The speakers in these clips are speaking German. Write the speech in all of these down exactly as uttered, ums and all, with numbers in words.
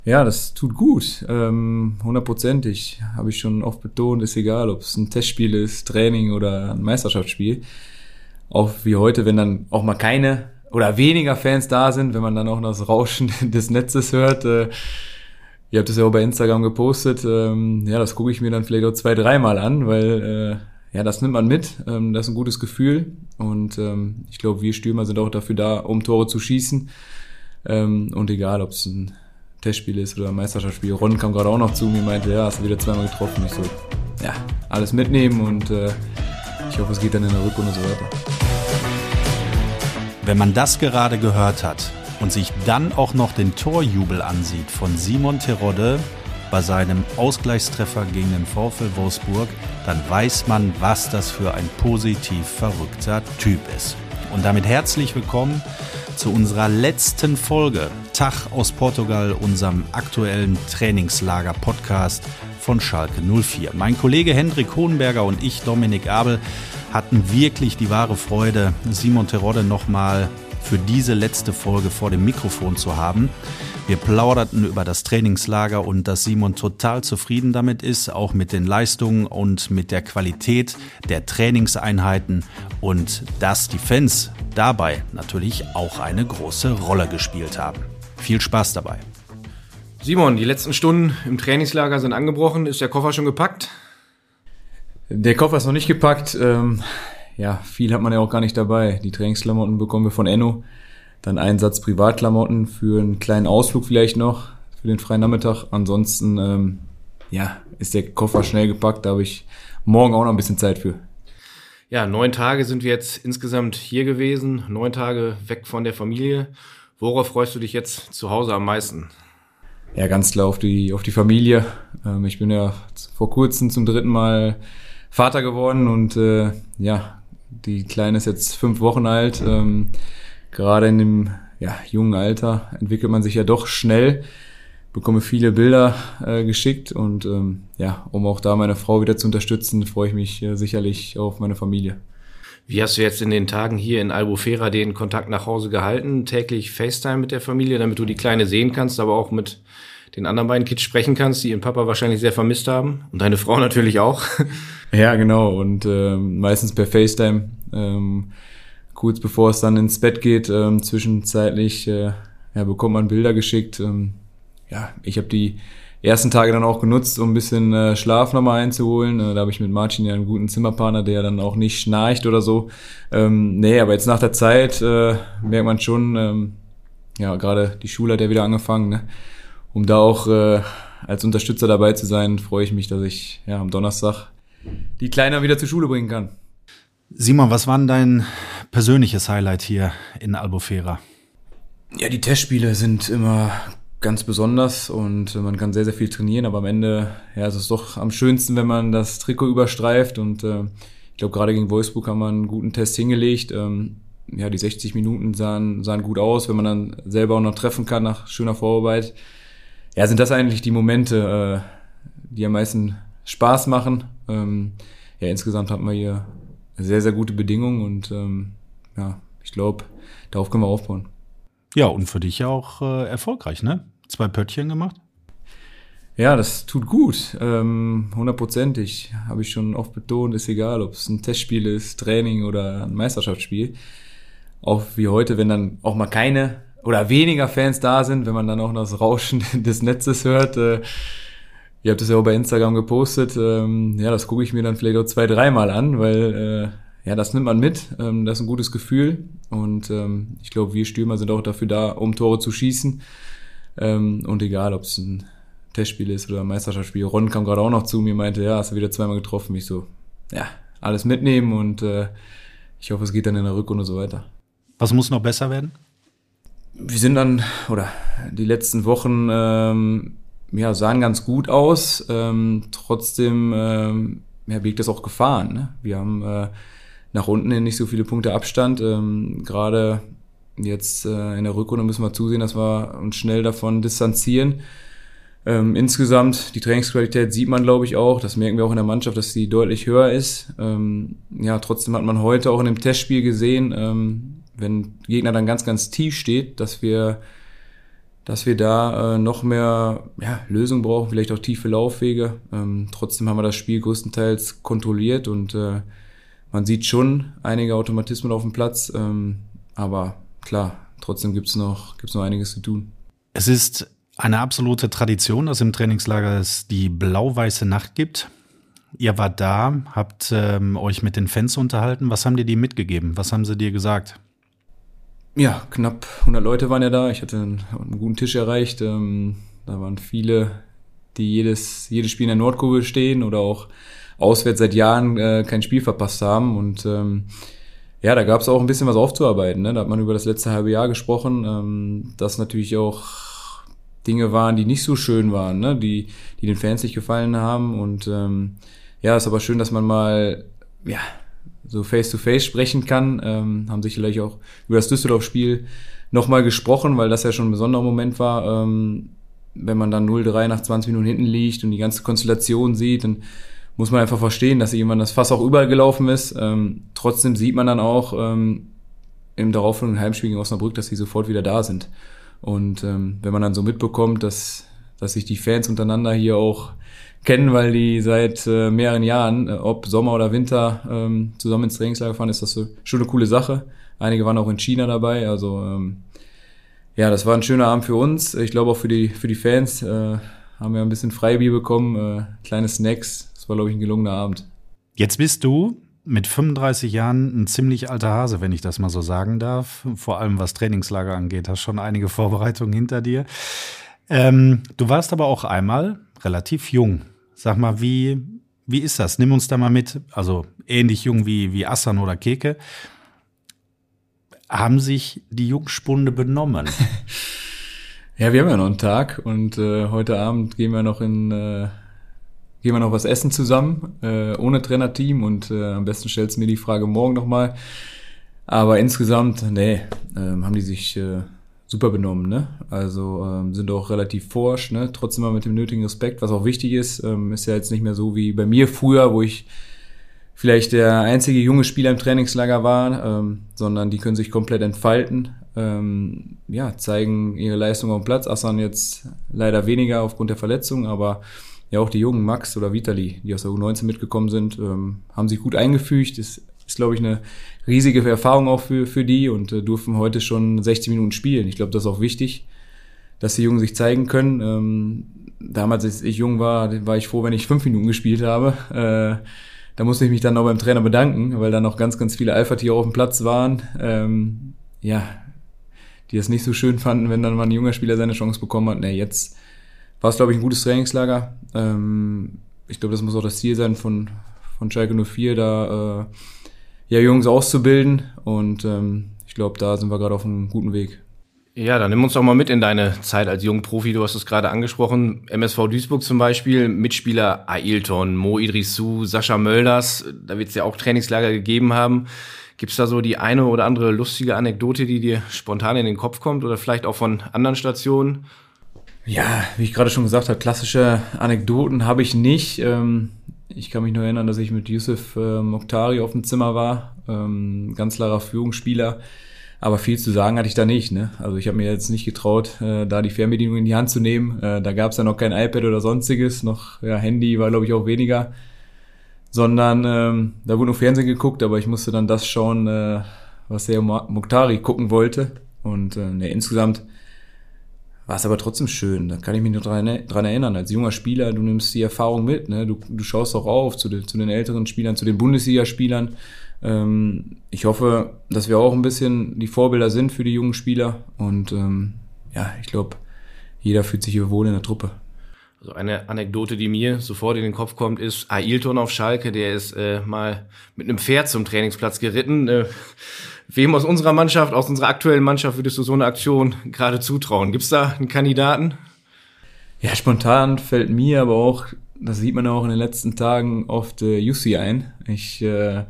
Ja, das tut gut, ähm, hundertprozentig. Habe ich schon oft betont, ist egal, ob es ein Testspiel ist, Training oder ein Meisterschaftsspiel. Auch wie heute, wenn dann auch mal keine oder weniger Fans da sind, wenn man dann auch noch das Rauschen des Netzes hört. Äh, ihr habt es ja auch bei Instagram gepostet. Ähm, ja, das gucke ich mir dann vielleicht auch zwei, dreimal an, weil äh, ja, das nimmt man mit. Ähm, das ist ein gutes Gefühl. Und ähm, ich glaube, wir Stürmer sind auch dafür da, um Tore zu schießen. Ähm, und egal, ob es ein Testspiel ist oder ein Meisterschaftsspiel. Ron kam gerade auch noch zu mir, meinte, ja, hast du wieder zweimal getroffen. Ich so, ja, alles mitnehmen und äh, ich hoffe, es geht dann in der Rückrunde so weiter. Wenn man das gerade gehört hat und sich dann auch noch den Torjubel ansieht von Simon Terodde bei seinem Ausgleichstreffer gegen den VfL Wolfsburg, dann weiß man, was das für ein positiv verrückter Typ ist. Und damit herzlich willkommen zu unserer letzten Folge Tag aus Portugal, unserem aktuellen Trainingslager-Podcast von Schalke null vier. Mein Kollege Hendrik Hohenberger und ich, Dominik Abel, hatten wirklich die wahre Freude, Simon Terodde nochmal für diese letzte Folge vor dem Mikrofon zu haben. Wir plauderten über das Trainingslager und dass Simon total zufrieden damit ist, auch mit den Leistungen und mit der Qualität der Trainingseinheiten und dass die Fans dabei natürlich auch eine große Rolle gespielt haben. Viel Spaß dabei. Simon, die letzten Stunden im Trainingslager sind angebrochen. Ist der Koffer schon gepackt? Der Koffer ist noch nicht gepackt. Ähm, ja, viel hat man ja auch gar nicht dabei. Die Trainingsklamotten bekommen wir von Enno. Dann einen Satz Privatklamotten für einen kleinen Ausflug vielleicht noch, für den freien Nachmittag. Ansonsten ähm, ja, ist der Koffer schnell gepackt. Da habe ich morgen auch noch ein bisschen Zeit für. Ja, neun Tage sind wir jetzt insgesamt hier gewesen. Neun Tage weg von der Familie. Worauf freust du dich jetzt zu Hause am meisten? Ja, ganz klar auf die, auf die Familie. Ähm, ich bin ja vor kurzem zum dritten Mal Vater geworden und äh, ja, die Kleine ist jetzt fünf Wochen alt. Ähm, gerade in dem ja, jungen Alter entwickelt man sich ja doch schnell, bekomme viele Bilder äh, geschickt und ähm, ja, um auch da meine Frau wieder zu unterstützen, freue ich mich äh, sicherlich auf meine Familie. Wie hast du jetzt in den Tagen hier in Albufeira den Kontakt nach Hause gehalten? Täglich FaceTime mit der Familie, damit du die Kleine sehen kannst, aber auch mit den anderen beiden Kids sprechen kannst, die ihren Papa wahrscheinlich sehr vermisst haben und deine Frau natürlich auch. Ja, genau, und ähm, meistens per FaceTime, ähm, kurz bevor es dann ins Bett geht, ähm, zwischenzeitlich äh, ja, bekommt man Bilder geschickt. Ähm, ja, ich habe die ersten Tage dann auch genutzt, um ein bisschen äh, Schlaf nochmal einzuholen. Äh, da habe ich mit Martin ja einen guten Zimmerpartner, der dann auch nicht schnarcht oder so. Ähm, nee, aber jetzt nach der Zeit äh, merkt man schon, ähm, ja, gerade die Schule hat ja wieder angefangen, ne? Um da auch äh, als Unterstützer dabei zu sein, freue ich mich, dass ich ja am Donnerstag die Kleine wieder zur Schule bringen kann. Simon, was war denn dein persönliches Highlight hier in Albufeira? Ja, die Testspiele sind immer ganz besonders und man kann sehr, sehr viel trainieren, aber am Ende ja, ist es doch am schönsten, wenn man das Trikot überstreift und äh, ich glaube, gerade gegen Wolfsburg haben wir einen guten Test hingelegt. Ähm, ja, die sechzig Minuten sahen, sahen gut aus, wenn man dann selber auch noch treffen kann nach schöner Vorarbeit. Ja, sind das eigentlich die Momente, äh, die am meisten Spaß machen. Ähm, ja, insgesamt hatten wir hier sehr, sehr gute Bedingungen und ähm, ja, ich glaube, darauf können wir aufbauen. Ja, und für dich ja auch äh, erfolgreich, ne? Zwei Pöttchen gemacht? Ja, das tut gut, ähm, hundertprozentig. Habe ich schon oft betont, ist egal, ob es ein Testspiel ist, Training oder ein Meisterschaftsspiel. Auch wie heute, wenn dann auch mal keine oder weniger Fans da sind, wenn man dann auch noch das Rauschen des Netzes hört. Äh, ihr habt es ja auch bei Instagram gepostet. Ähm, ja, das gucke ich mir dann vielleicht auch zwei, dreimal an, weil äh, ja, das nimmt man mit. Ähm, das ist ein gutes Gefühl und ähm, ich glaube, wir Stürmer sind auch dafür da, um Tore zu schießen. Ähm, und egal, ob es ein Testspiel ist oder ein Meisterschaftsspiel. Ron kam gerade auch noch zu mir, meinte, ja, hast du wieder zweimal getroffen. Ich so, ja, alles mitnehmen und äh, ich hoffe, es geht dann in der Rückrunde so weiter. Was muss noch besser werden? Wir sind dann, oder die letzten Wochen, ähm, ja, sahen ganz gut aus. Ähm, trotzdem, ähm, ja, biegt das auch Gefahren, ne? Wir haben äh, nach unten hin nicht so viele Punkte Abstand. Ähm, gerade jetzt äh, in der Rückrunde müssen wir zusehen, dass wir uns schnell davon distanzieren. Ähm, insgesamt, die Trainingsqualität sieht man, glaube ich, auch. Das merken wir auch in der Mannschaft, dass die deutlich höher ist. Ähm, ja, trotzdem hat man heute auch in dem Testspiel gesehen, ähm, wenn Gegner dann ganz, ganz tief steht, dass wir dass wir da äh, noch mehr ja, Lösungen brauchen, vielleicht auch tiefe Laufwege. Ähm, trotzdem haben wir das Spiel größtenteils kontrolliert und äh, man sieht schon einige Automatismen auf dem Platz, ähm, aber klar, trotzdem gibt's noch, gibt's noch einiges zu tun. Es ist eine absolute Tradition, dass im Trainingslager es die blau-weiße Nacht gibt. Ihr wart da, habt ähm, euch mit den Fans unterhalten. Was haben dir die mitgegeben? Was haben sie dir gesagt? Ja, knapp hundert Leute waren ja da. Ich hatte einen, einen guten Tisch erreicht. Ähm, da waren viele, die jedes, jedes Spiel in der Nordkurve stehen oder auch auswärts seit Jahren äh, kein Spiel verpasst haben. Und ähm, ja, da gab es auch ein bisschen was aufzuarbeiten. Ne? Da hat man über das letzte halbe Jahr gesprochen, ähm, dass natürlich auch Dinge waren, die nicht so schön waren, ne? die, die den Fans nicht gefallen haben. Und ähm, ja, ist aber schön, dass man mal ja so face-to-face sprechen kann. Ähm, haben sicherlich auch über das Düsseldorf-Spiel nochmal gesprochen, weil das ja schon ein besonderer Moment war. Ähm, wenn man dann null drei nach zwanzig Minuten hinten liegt und die ganze Konstellation sieht, dann muss man einfach verstehen, dass irgendwann das Fass auch überall gelaufen ist. Ähm, trotzdem sieht man dann auch ähm, im darauffolgenden Heimspiel gegen Osnabrück, dass sie sofort wieder da sind. Und ähm, wenn man dann so mitbekommt, dass, dass sich die Fans untereinander hier auch kennen, weil die seit äh, mehreren Jahren, äh, ob Sommer oder Winter, ähm, zusammen ins Trainingslager fahren, ist das so, schon eine coole Sache. Einige waren auch in China dabei, also ähm, ja, das war ein schöner Abend für uns. Ich glaube auch für die für die Fans äh, haben wir ein bisschen Freibier bekommen, äh, kleine Snacks. Das war, glaube ich, ein gelungener Abend. Jetzt bist du mit fünfunddreißig Jahren ein ziemlich alter Hase, wenn ich das mal so sagen darf. Vor allem was Trainingslager angeht, hast schon einige Vorbereitungen hinter dir. Ähm, du warst aber auch einmal relativ jung. Sag mal, wie, wie ist das? Nimm uns da mal mit. Also ähnlich jung wie, wie Assan oder Keke. Haben sich die Jungspunde benommen? Ja, wir haben ja noch einen Tag und äh, heute Abend gehen wir noch in äh, gehen wir noch was essen zusammen, äh, ohne Trainerteam und äh, am besten stellst du mir die Frage morgen nochmal. Aber insgesamt, nee, äh, haben die sich äh, super benommen, ne? Also ähm, sind auch relativ forsch, ne? Trotzdem mal mit dem nötigen Respekt, was auch wichtig ist. Ähm, ist ja jetzt nicht mehr so wie bei mir früher, wo ich vielleicht der einzige junge Spieler im Trainingslager war, ähm, sondern die können sich komplett entfalten, ähm, ja, zeigen ihre Leistung auf dem Platz. Assan jetzt leider weniger aufgrund der Verletzung, aber ja auch die jungen Max oder Vitali, die aus der U neunzehn mitgekommen sind, ähm, haben sich gut eingefügt. Das ist, glaube ich, eine riesige Erfahrung auch für für die und äh, durften heute schon sechzig Minuten spielen. Ich glaube, das ist auch wichtig, dass die Jungen sich zeigen können. Ähm, damals, als ich jung war, war ich froh, wenn ich fünf Minuten gespielt habe. Äh, da musste ich mich dann auch beim Trainer bedanken, weil da noch ganz, ganz viele Alpha-Tiere auf dem Platz waren. Ähm, ja, die das nicht so schön fanden, wenn dann mal ein junger Spieler seine Chance bekommen hat. Nee, jetzt war es, glaube ich, ein gutes Trainingslager. Ähm, ich glaube, das muss auch das Ziel sein von, von Schalke null vier, da äh, ja Jungs auszubilden. Und ähm, ich glaube, da sind wir gerade auf einem guten Weg. Ja, dann nimm uns doch mal mit in deine Zeit als Jungprofi. Du hast es gerade angesprochen. M S V Duisburg zum Beispiel, Mitspieler Ailton, Mo Idrissou, Sascha Mölders. Da wird es ja auch Trainingslager gegeben haben. Gibt's da so die eine oder andere lustige Anekdote, die dir spontan in den Kopf kommt oder vielleicht auch von anderen Stationen? Ja, wie ich gerade schon gesagt habe, klassische Anekdoten habe ich nicht. Ähm, ich kann mich nur erinnern, dass ich mit Yusuf äh, Mokhtari auf dem Zimmer war. Ähm, ganz klarer Führungsspieler. Aber viel zu sagen hatte ich da nicht, ne? Also ich habe mir jetzt nicht getraut, äh, da die Fernbedienung in die Hand zu nehmen. Äh, da gab es ja noch kein iPad oder sonstiges. Noch ja, Handy war, glaube ich, auch weniger. Sondern ähm, da wurde nur Fernsehen geguckt, aber ich musste dann das schauen, äh, was der Mokhtari gucken wollte. Und äh, ne, insgesamt war es aber trotzdem schön. Da kann ich mich nur dran, dran erinnern. Als junger Spieler, du nimmst die Erfahrung mit, ne? Du, du schaust auch auf zu den, zu den älteren Spielern, zu den Bundesligaspielern. Ähm, ich hoffe, dass wir auch ein bisschen die Vorbilder sind für die jungen Spieler. Und ähm, ja, ich glaube, jeder fühlt sich hier wohl in der Truppe. Also eine Anekdote, die mir sofort in den Kopf kommt, ist Ailton auf Schalke. Der ist äh, mal mit einem Pferd zum Trainingsplatz geritten. Äh, wem aus unserer Mannschaft, aus unserer aktuellen Mannschaft würdest du so eine Aktion gerade zutrauen? Gibt's da einen Kandidaten? Ja, spontan fällt mir aber auch, das sieht man auch in den letzten Tagen, oft äh, Jussi ein. Ich, äh,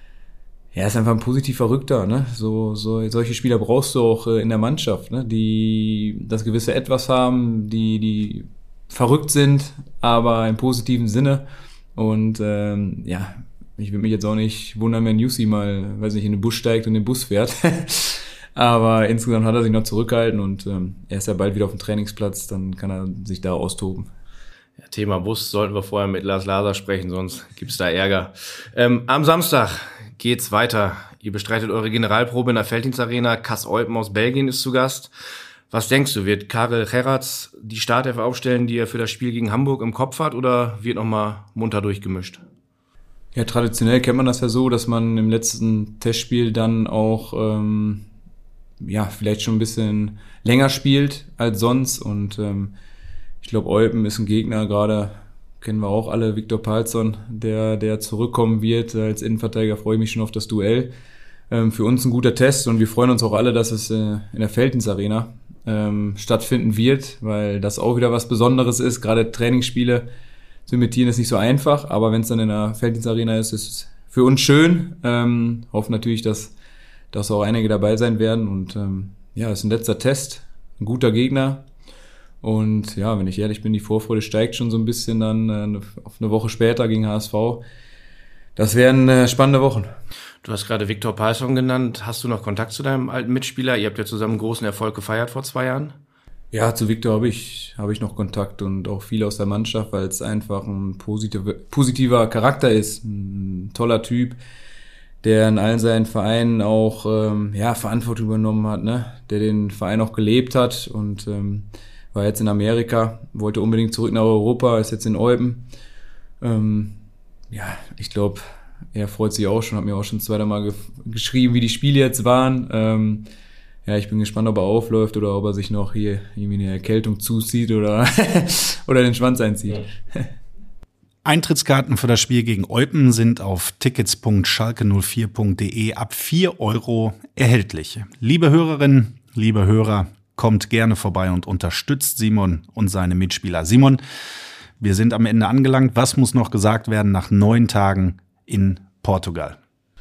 ja, ist einfach ein positiv Verrückter, ne? So, so, solche Spieler brauchst du auch äh, in der Mannschaft, ne? Die das gewisse Etwas haben, die, die verrückt sind, aber im positiven Sinne. Und ähm, ja, ich würde mich jetzt auch nicht wundern, wenn Jussi mal, weiß nicht, in den Bus steigt und den Bus fährt. Aber insgesamt hat er sich noch zurückgehalten und ähm, er ist ja bald wieder auf dem Trainingsplatz, dann kann er sich da austoben. Ja, Thema Bus sollten wir vorher mit Lars Laser sprechen, sonst gibt's da Ärger. Ähm, am Samstag geht's weiter. Ihr bestreitet eure Generalprobe in der Felddienstarena. Cas Eupen aus Belgien ist zu Gast. Was denkst du, wird Karel Gerrards die Startelf aufstellen, die er für das Spiel gegen Hamburg im Kopf hat, oder wird nochmal munter durchgemischt? Ja, traditionell kennt man das ja so, dass man im letzten Testspiel dann auch ähm, ja vielleicht schon ein bisschen länger spielt als sonst. Und ähm, ich glaube, Eupen ist ein Gegner, gerade kennen wir auch alle, Viktor Palsson, der der zurückkommen wird. Als Innenverteidiger freue ich mich schon auf das Duell. Ähm, für uns ein guter Test und wir freuen uns auch alle, dass es äh, in der Felddienstarena ähm, stattfinden wird, weil das auch wieder was Besonderes ist. Gerade Trainingsspiele zu imitieren ist nicht so einfach, aber wenn es dann in der Felddienstarena ist, ist es für uns schön. Ähm, hoffen natürlich, dass, dass auch einige dabei sein werden und ähm, ja, es ist ein letzter Test, ein guter Gegner und ja, wenn ich ehrlich bin, die Vorfreude steigt schon so ein bisschen dann äh, auf eine Woche später gegen H S V. Das werden äh, spannende Wochen. Du hast gerade Viktor Palsson genannt. Hast du noch Kontakt zu deinem alten Mitspieler? Ihr habt ja zusammen einen großen Erfolg gefeiert vor zwei Jahren. Ja, zu Viktor habe ich habe ich noch Kontakt und auch viele aus der Mannschaft, weil es einfach ein positive, positiver Charakter ist, ein toller Typ, der in allen seinen Vereinen auch ähm, ja Verantwortung übernommen hat, ne, der den Verein auch gelebt hat und ähm, war jetzt in Amerika, wollte unbedingt zurück nach Europa, ist jetzt in Eupen. Ähm, ja, ich glaube, er freut sich auch schon, hat mir auch schon zwei Mal ge- geschrieben, wie die Spiele jetzt waren. Ähm, Ja, ich bin gespannt, ob er aufläuft oder ob er sich noch hier irgendwie eine Erkältung zuzieht oder, oder den Schwanz einzieht. Ja. Eintrittskarten für das Spiel gegen Eupen sind auf tickets punkt schalke null vier punkt de ab vier Euro erhältlich. Liebe Hörerinnen, liebe Hörer, kommt gerne vorbei und unterstützt Simon und seine Mitspieler. Simon, wir sind am Ende angelangt. Was muss noch gesagt werden nach neun Tagen in Portugal?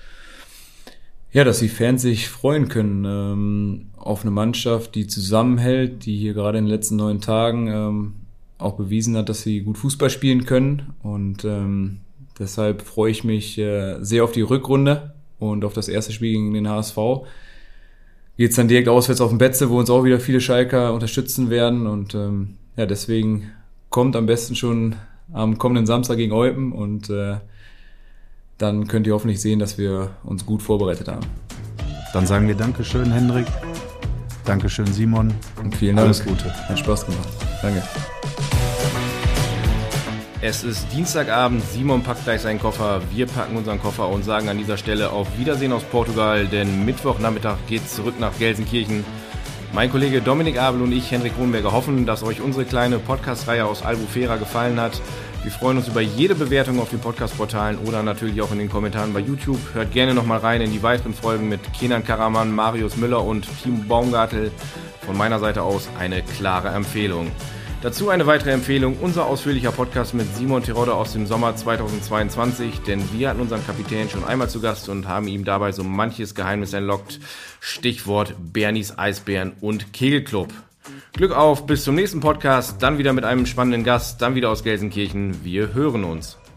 Ja, dass die Fans sich freuen können ähm, auf eine Mannschaft, die zusammenhält, die hier gerade in den letzten neun Tagen ähm, auch bewiesen hat, dass sie gut Fußball spielen können. Und ähm, deshalb freue ich mich äh, sehr auf die Rückrunde und auf das erste Spiel gegen den H S V. Geht's dann direkt auswärts auf den Betze, wo uns auch wieder viele Schalker unterstützen werden. Und ähm, ja, deswegen kommt am besten schon am kommenden Samstag gegen Eupen und äh, dann könnt ihr hoffentlich sehen, dass wir uns gut vorbereitet haben. Dann sagen wir Dankeschön, Hendrik. Dankeschön, Simon. Und vielen Dank. Alles Gute. Hat Spaß gemacht. Danke. Es ist Dienstagabend, Simon packt gleich seinen Koffer, wir packen unseren Koffer und sagen an dieser Stelle auf Wiedersehen aus Portugal, denn Mittwochnachmittag geht's zurück nach Gelsenkirchen. Mein Kollege Dominik Abel und ich, Henrik Kronberger, hoffen, dass euch unsere kleine Podcast-Reihe aus Albufera gefallen hat. Wir freuen uns über jede Bewertung auf den Podcast-Portalen oder natürlich auch in den Kommentaren bei YouTube. Hört gerne nochmal rein in die weiteren Folgen mit Kenan Karaman, Marius Müller und Timo Baumgartel. Von meiner Seite aus eine klare Empfehlung. Dazu eine weitere Empfehlung, unser ausführlicher Podcast mit Simon Terodde aus dem Sommer zweitausendzweiundzwanzig, denn wir hatten unseren Kapitän schon einmal zu Gast und haben ihm dabei so manches Geheimnis entlockt. Stichwort Bernis Eisbären und Kegelclub. Glück auf, bis zum nächsten Podcast, dann wieder mit einem spannenden Gast, dann wieder aus Gelsenkirchen. Wir hören uns.